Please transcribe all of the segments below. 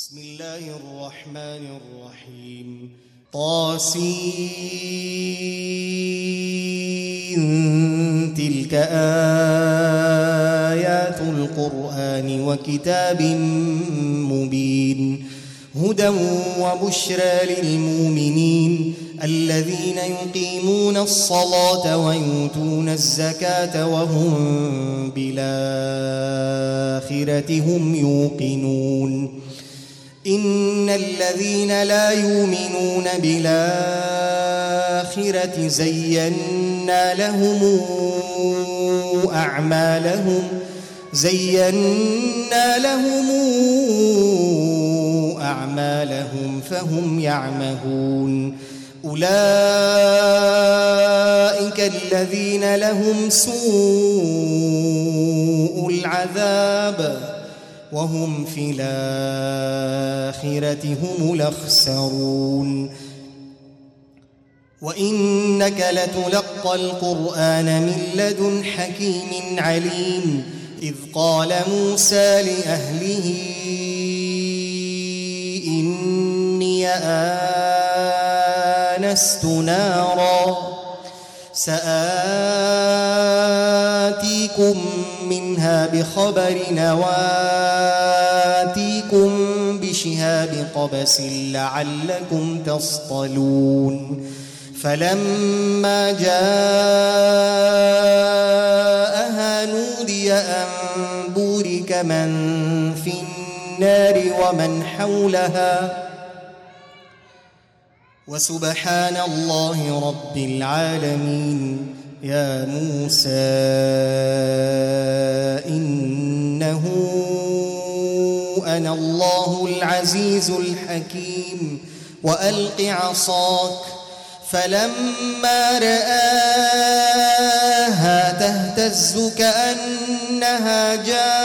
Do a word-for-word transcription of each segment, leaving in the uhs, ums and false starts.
بسم الله الرحمن الرحيم. طاسين تلك آيات القرآن وكتاب مبين هدى وبشرى للمؤمنين الذين يقيمون الصلاة ويؤتون الزكاة وهم بالآخرة هم يوقنون. إن الذين لا يؤمنون بالآخرة زينا لهم أعمالهم زينا لهم أعمالهم فهم يعمهون. أولئك الذين لهم سوء العذاب وهم في الآخرة هم الأخسرون. وإنك لتلقى القرآن من لدن حكيم عليم. إذ قال موسى لأهله إني آنست نارا سآتيكم منها بخبر وآتيكم بشهاب قبس لعلكم تصطلون. فلما جاءها نودي أن بورك من في النار ومن حولها وسبحان الله رب العالمين. يا موسى إنه أنا الله العزيز الحكيم وألق عصاك. فلما رآها تهتز كأنها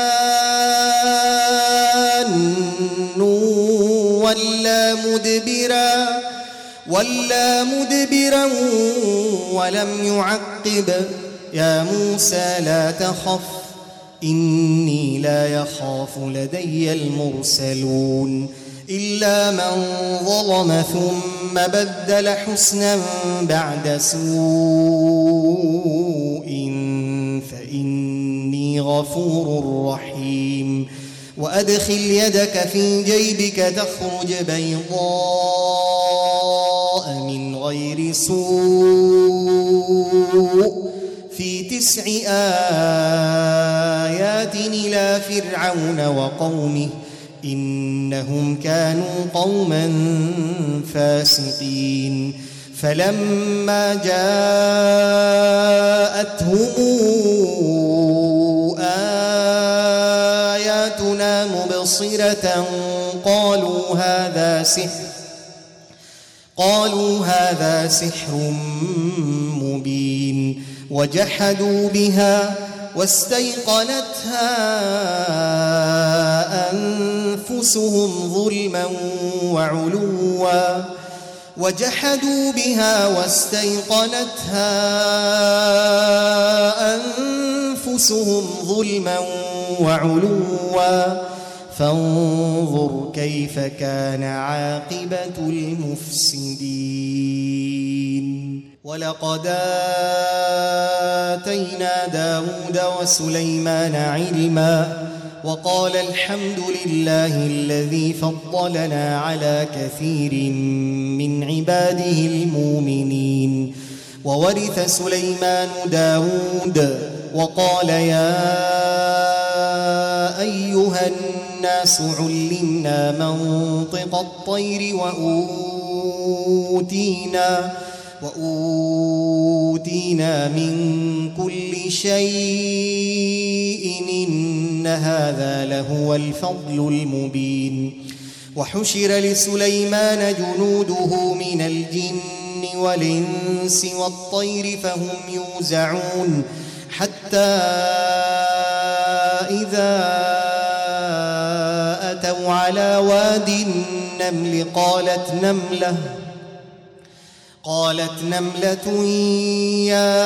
جان ولا مدبرا ولا مدبرا ولم يعقب. يا موسى لا تخف إني لا يخاف لدي المرسلون. إلا من ظلم ثم بدل حسنا بعد سوء فإني غفور رحيم. وأدخل يدك في جيبك تخرج بيضاء من غير سوء في تسع آيات إلى فرعون وقومه إنهم كانوا قوما فاسقين. فلما جاءتهم آياتنا مبصرة قالوا هذا سحر قالوا هذا سحر مبين. وجحدوا بها واستيقنتها أنفسهم ظلما وعلوا وجحدوا بها واستيقنتها أنفسهم ظلما وعلوا فانظر كيف كان عاقبة المفسدين. ولقد آتينا داود وسليمان علما وقال الحمد لله الذي فضلنا على كثير من عباده المؤمنين. وورث سليمان داود وقال يا أيها الناس علمنا منطق الطير وأوتينا وأوتينا من كل شيء إن هذا لهو الفضل المبين. وحشر لسليمان جنوده من الجن والإنس والطير فهم يوزعون حتى إذا أتوا على واد النمل قالت نملة قالت نملة يا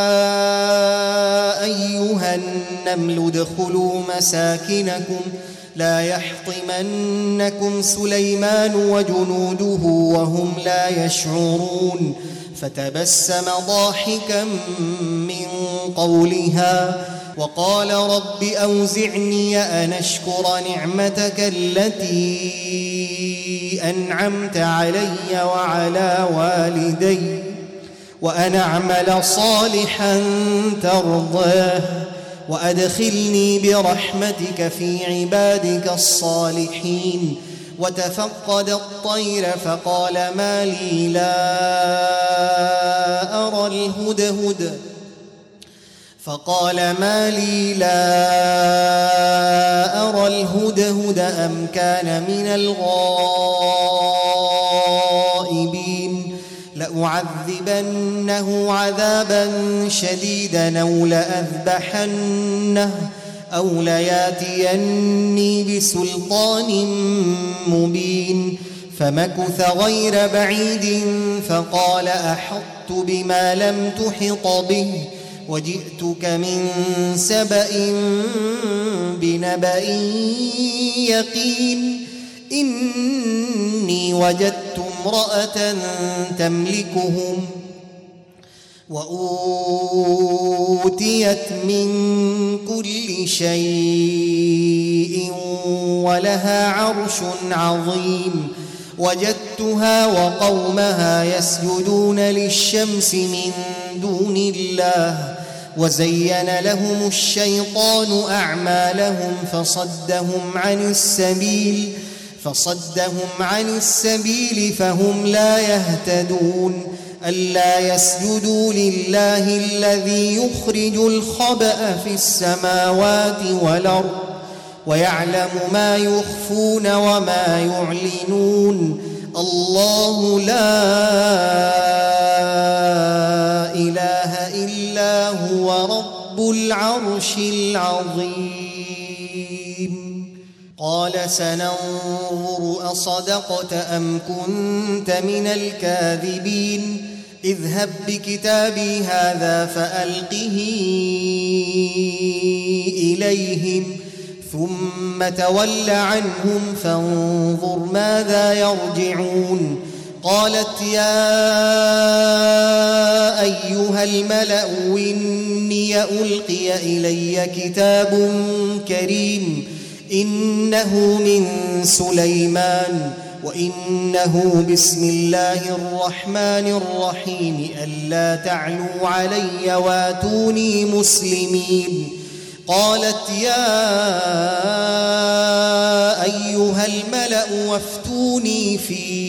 أيها النمل ادخلوا مساكنكم لا يحطمنكم سليمان وجنوده وهم لا يشعرون فتبسم ضاحكا من قولها وقال رب أوزعني أن أشكر نعمتك التي أنعمت علي وعلى والدي وأن أعمل صالحا ترضاه وأدخلني برحمتك في عبادك الصالحين. وتفقد الطير فقال ما لي لا أرى الهدهد فقال ما لي لا أرى الهدهد أم كان من الغائبين لأعذبنه عذابا شديدا أو لأذبحنه أو لياتيني بسلطان مبين. فمكث غير بعيد فقال أحطت بما لم تحط به وجئتك من سبأ بنبأ يقين إني وجدت امرأة تملكهم وأوتيت من كل شيء ولها عرش عظيم وجدتها وقومها يسجدون للشمس من دون الله وزين لهم الشيطان أعمالهم فصدهم عن السبيل فصدهم عن السبيل فهم لا يهتدون ألا يسجدوا لله الذي يخرج الخبأ في السماوات والأرض ويعلم ما يخفون وما يعلنون الله لا إله إلا هو رب العرش العظيم. قال سننظر أصدقت أم كنت من الكاذبين اذهب بكتابي هذا فألقه إليهم ثم تول عنهم فانظر ماذا يرجعون. قالت يا أيها الملأ إني ألقي إلي كتاب كريم إنه من سليمان وإنه بسم الله الرحمن الرحيم ألا تعلوا علي واتوني مسلمين. قالت يا أيها الملأ وافتوني في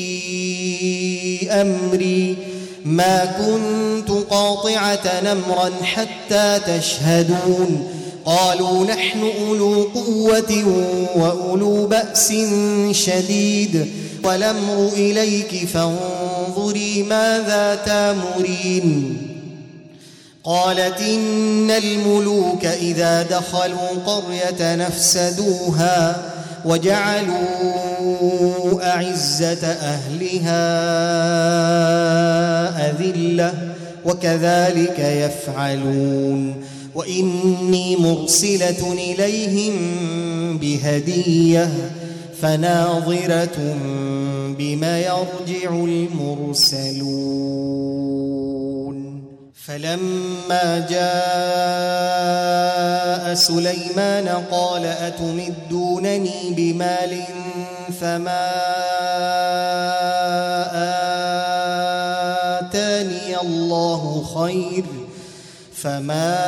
أمري ما كنت قاطعة أمرا حتى تشهدون. قالوا نحن أولو قوة وأولو بأس شديد والأمر إليك فانظري ماذا تأمرين. قالت إن الملوك إذا دخلوا قرية نفسدوها وجعلوا أعزة أهلها أذلة وكذلك يفعلون. وإني مرسلة إليهم بهدية فناظرة بما يرجع المرسلون. فلما جاء سليمان قال أتمدونني بمال فما آتاني الله خير فما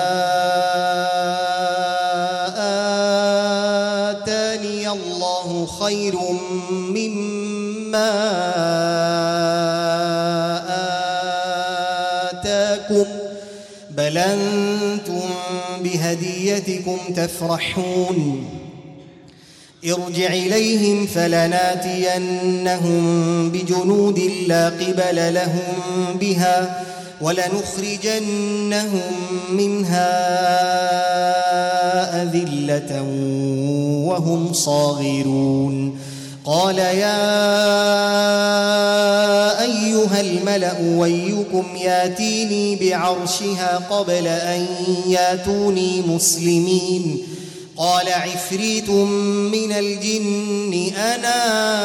آتاني الله خير مما آتاكم بل أنتم بهديتكم تفرحون. ارجع إليهم فلناتينهم بجنود لا قبل لهم بها ولنخرجنهم منها أذلة وهم صاغرون. قال يا أيها الملأ ويكم ياتيني بعرشها قبل أن ياتوني مسلمين. قال عفريت من الجن أنا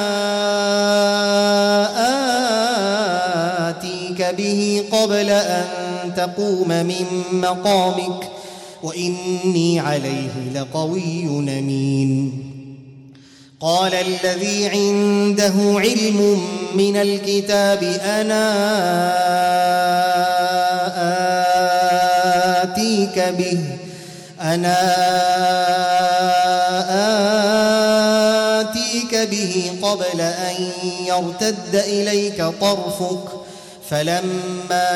آتيك به قبل أن تقوم من مقامك وإني عليه لقوي أمين. قال الذي عنده علم من الكتاب أنا آتيك به أنا آتيك به قبل أن يرتد إليك طرفك فلما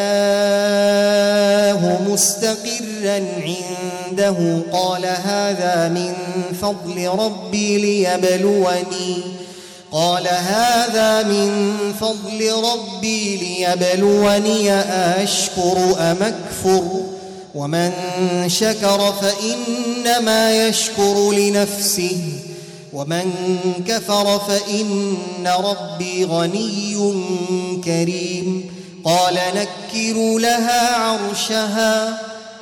رآه مستقرا عنده قال هذا من فضل ربي ليبلوني قال هذا من فضل ربي ليبلوني أشكر أم أكفر ومن شكر فإنما يشكر لنفسه ومن كفر فإن ربي غني كريم. قال نكروا لها عرشها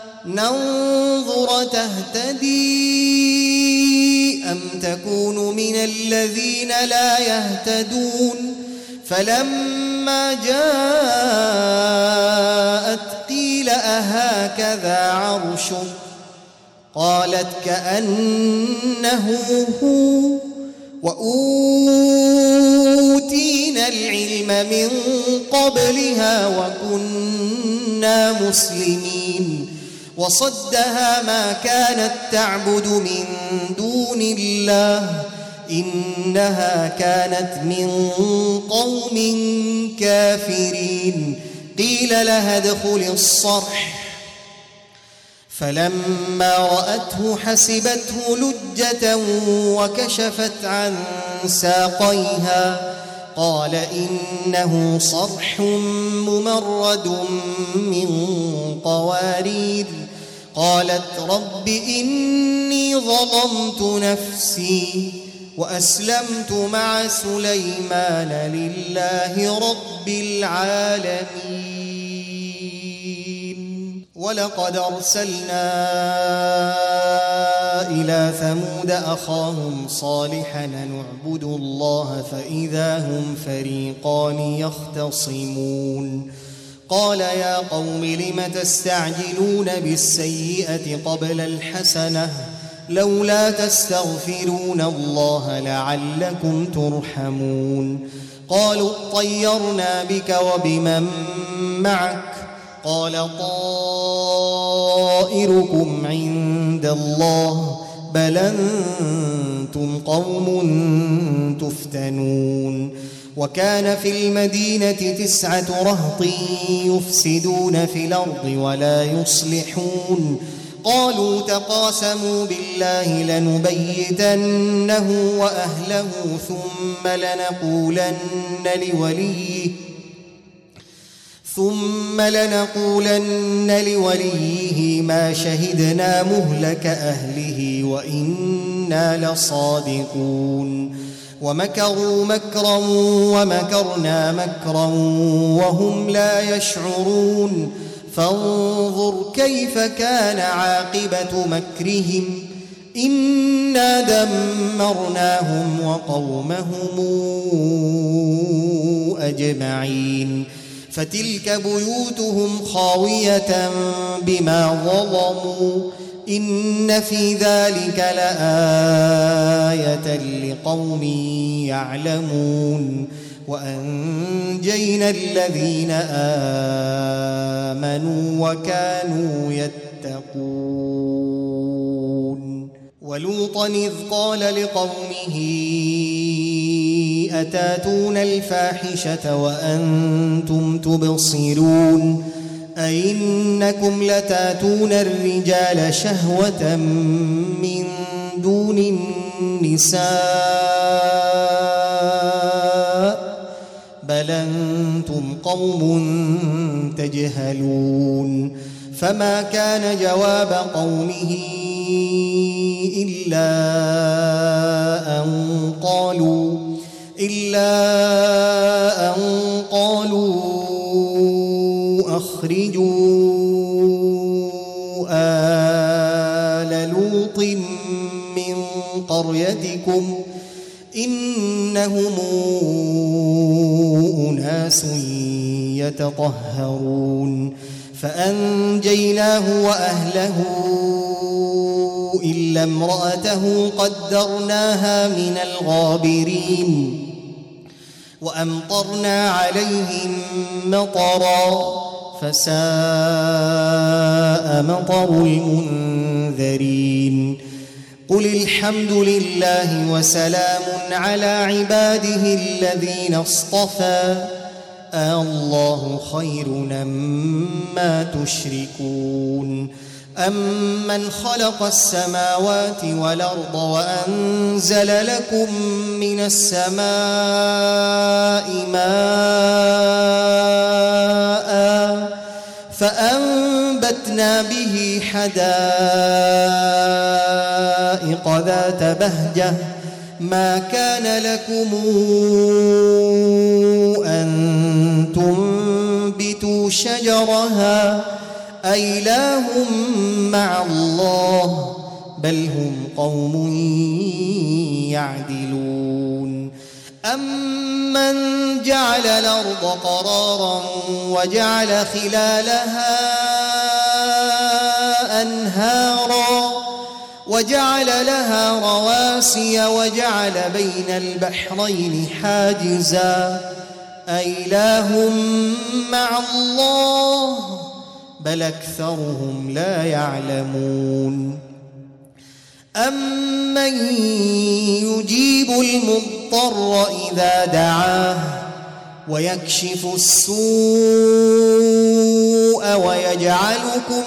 ننظر تهتدي أم تكون من الذين لا يهتدون فلما جاءت قيل أهكذا عرشك قالت كأنه هو وأوتينا العلم من قبلها وكنا مسلمين. وصدها ما كانت تعبد من دون الله إنها كانت من قوم كافرين. قيل لها ادخل الصرح فلما رأته حسبته لجة وكشفت عن ساقيها قال إنه صرح ممرد من قوارير. قالت رب إني ظلمت نفسي وأسلمت مع سليمان لله رب العالمين. ولقد أرسلنا إلى ثمود أخاهم صالحا نعبد الله فإذا هم فريقان يختصمون. قال يا قوم لم تستعجلون بالسيئة قبل الحسنة لولا تستغفرون الله لعلكم ترحمون. قالوا اطيرنا بك وبمن معك قال طائركم عند الله بل أنتم قوم تفتنون. وكان في المدينة تسعة رهط يفسدون في الأرض ولا يصلحون. قالوا تقاسموا بالله لنبيتنه وأهله ثم لنقولن لوليه ثم لنقولن لوليه ما شهدنا مهلك أهله وإنا لصادقون. ومكروا مكرا ومكرنا مكرا وهم لا يشعرون. فانظر كيف كان عاقبة مكرهم إنا دمرناهم وقومهم أجمعين. فتلك بيوتهم خاوية بما ظلموا إن في ذلك لآية لقوم يعلمون. وأنجينا الذين آمنوا وكانوا يتقون. ولوطا إذ قال لقومه أتاتون الفاحشة وأنتم تبصرون أئنكم لتاتون الرجال شهوة من دون النساء بل أنتم قوم تجهلون. فما كان جواب قومه إلا أن قالوا إلا أن قالوا أخرجوا آل لوط قريتكم إنهم أناس يتطهرون فأنجيناه وأهله إلا امرأته قدرناها من الغابرين وأمطرنا عليهم مطرا فساء مطر المنذرين قل الحمد لله وسلام على عباده الذين اصطفى الله خير أمّا تشركون أمن خلق السماوات والأرض وأنزل لكم من السماء ماء فأنبتنا به حدائق ذات بهجة ما كان لكم أن تنبتوا شجرها أإله مع الله بل هم قوم يعدلون أمن جعل الأرض قرارا وجعل خلالها أنهارا وجعل لها رواسي وجعل بين البحرين حاجزا أإله مع الله بل أكثرهم لا يعلمون أمن يجيب المضطر إذا دعاه ويكشف السوء ويجعلكم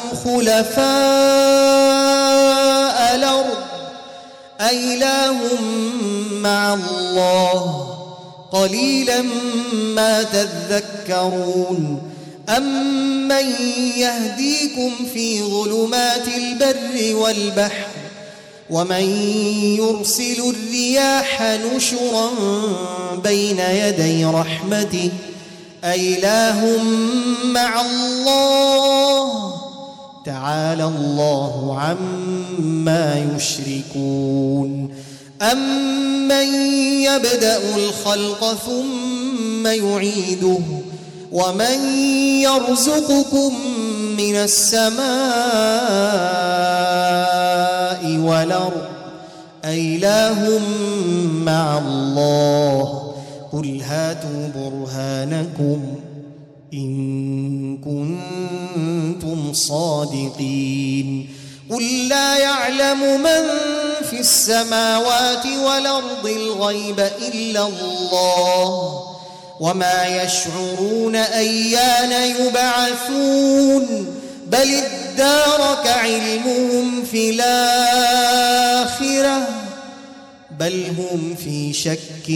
خلفاء الأرض أإله مع الله قليلا ما تذكرون أمن يهديكم في ظلمات البر والبحر ومن يرسل الرياح نشرا بين يدي رحمته أإله مع الله تعالى الله عما يشركون أمن يبدأ الخلق ثم يعيده ومن يرزقكم من السماء والأرض أإله مع الله قل هاتوا برهانكم إن كنتم صادقين قل لا يعلم من في السماوات والأرض الغيب إلا الله وما يشعرون أيان يبعثون بل ادارك علمهم في الآخرة بل هم في شك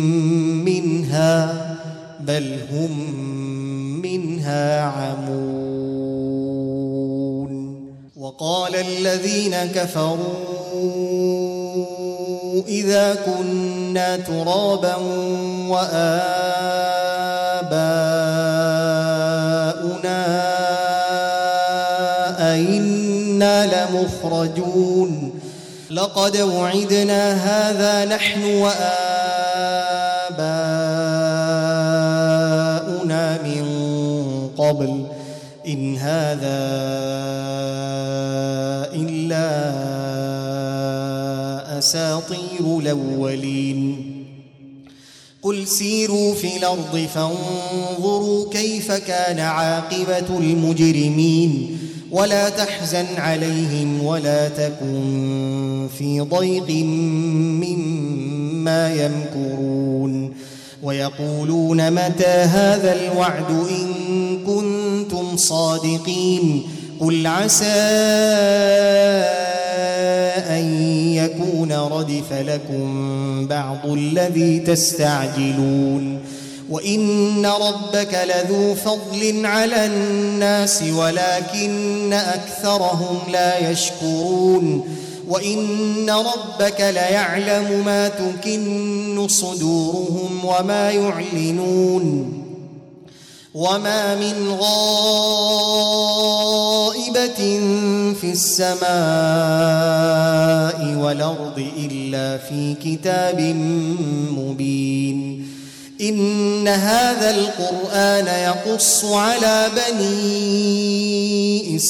منها بل هم منها عمون وقال الذين كفروا إذا كنا ترابا وآباؤنا أئنا لمخرجون لقد وعدنا هذا نحن وآباؤنا من قبل إن هذا إلا أساطير الأولين قل سيروا في الأرض فانظروا كيف كان عاقبة المجرمين ولا تحزن عليهم ولا تكن في ضيق مما يمكرون ويقولون متى هذا الوعد إن كنتم صادقين قل عسى أن يكون ردف لكم بعض الذي تستعجلون وإن ربك لذو فضل على الناس ولكن أكثرهم لا يشكرون وإن ربك ليعلم ما تكن صدورهم وما يعلنون وما من غائبة في السماء والأرض إلا في كتاب مبين إن هذا القرآن يقص على بني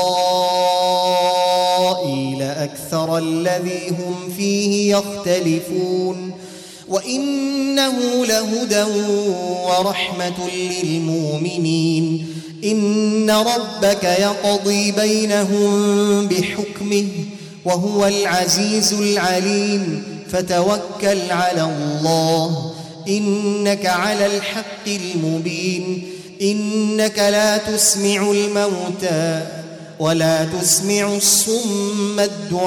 إسرائيل أكثر الذي هم فيه يختلفون وإنه لهدى ورحمة للمؤمنين إن ربك يقضي بينهم بحكمه وهو العزيز العليم فتوكل على الله إنك على الحق المبين إنك لا تسمع الموتى ولا تسمع الصم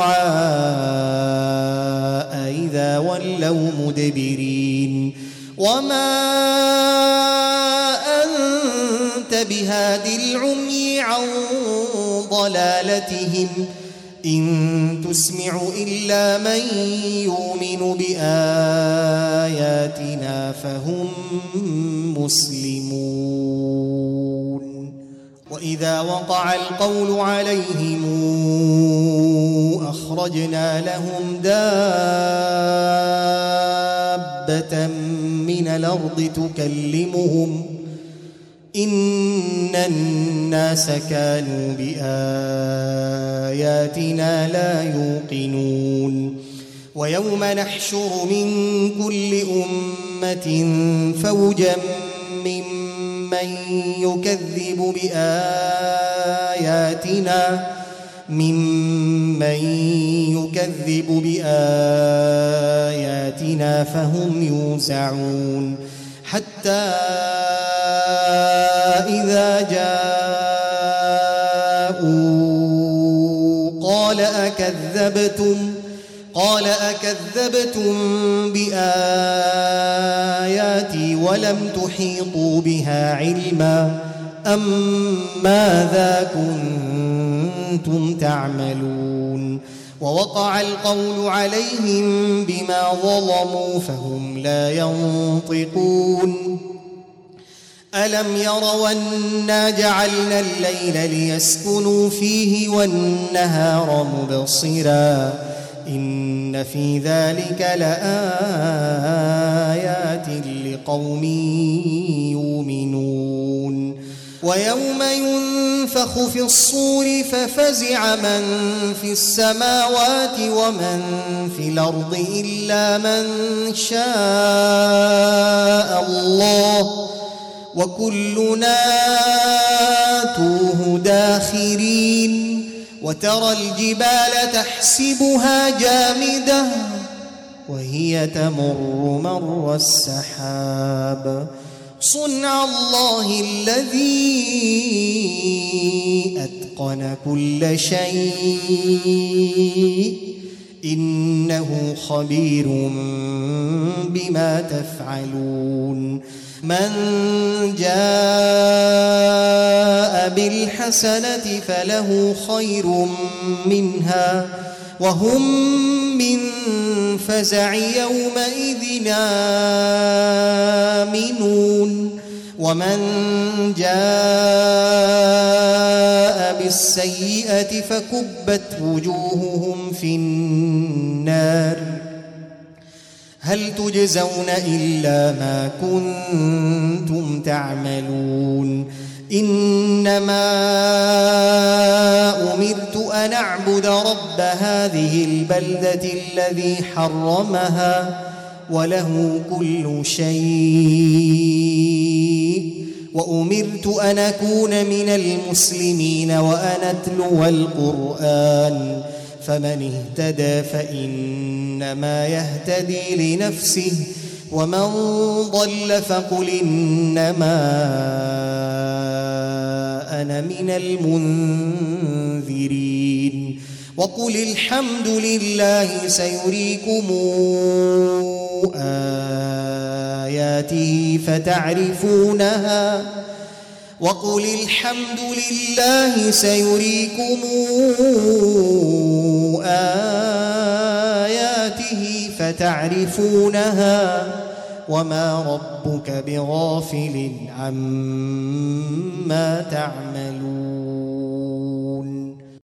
الدعاء إذا ولوا مدبرين وما أنت بهاد العمي عن ضلالتهم إن تسمع إلا من يؤمن بآياتنا فهم مسلمون وإذا وقع القول عليهم أخرجنا لهم دابة من الأرض تكلمهم إن الناس كانوا بآياتنا لا يوقنون ويوم نحشر من كل أمة فوجا ممن يكذب بآياتنا ممن يكذب بآياتنا فهم يوزعون حتى إذا جاءوا قال أكذبتم قال أكذبتم بآياتي ولم تحيطوا بها علما أم ماذا كنتم تعملون ووقع القول عليهم بما ظلموا فهم لا ينطقون ألم يروا أنا جعلنا الليل ليسكنوا فيه والنهار مبصرا إن في ذلك لآيات لقوم يؤمنون ويوم ينفخ في الصور ففزع من في السماوات ومن في الأرض إلا من شاء الله وكلنا آتوه داخرين وترى الجبال تحسبها جامدة وهي تمر مر السحاب صنع الله الذي أتقن كل شيء إنه خبير بما تفعلون من جاء بالحسنة فله خير منها وهم من فزع يومئذ آمنون ومن جاء بالسيئة فكبت وجوههم في النار هل تجزون إلا ما كنتم تعملون إنما أمرت أن أعبد رب هذه البلدة الذي حرمها وله كل شيء وأمرت أن أكون من المسلمين وأن أتلو القرآن فمن اهتدى فإنما يهتدي لنفسه ومن ضل فقل إنما أنا من المنذرين وقل الحمد لله سيريكم آياته فتعرفونها وقل الحمد لله سيريكم آياته فتعرفونها وما ربك بغافل عما تعملون.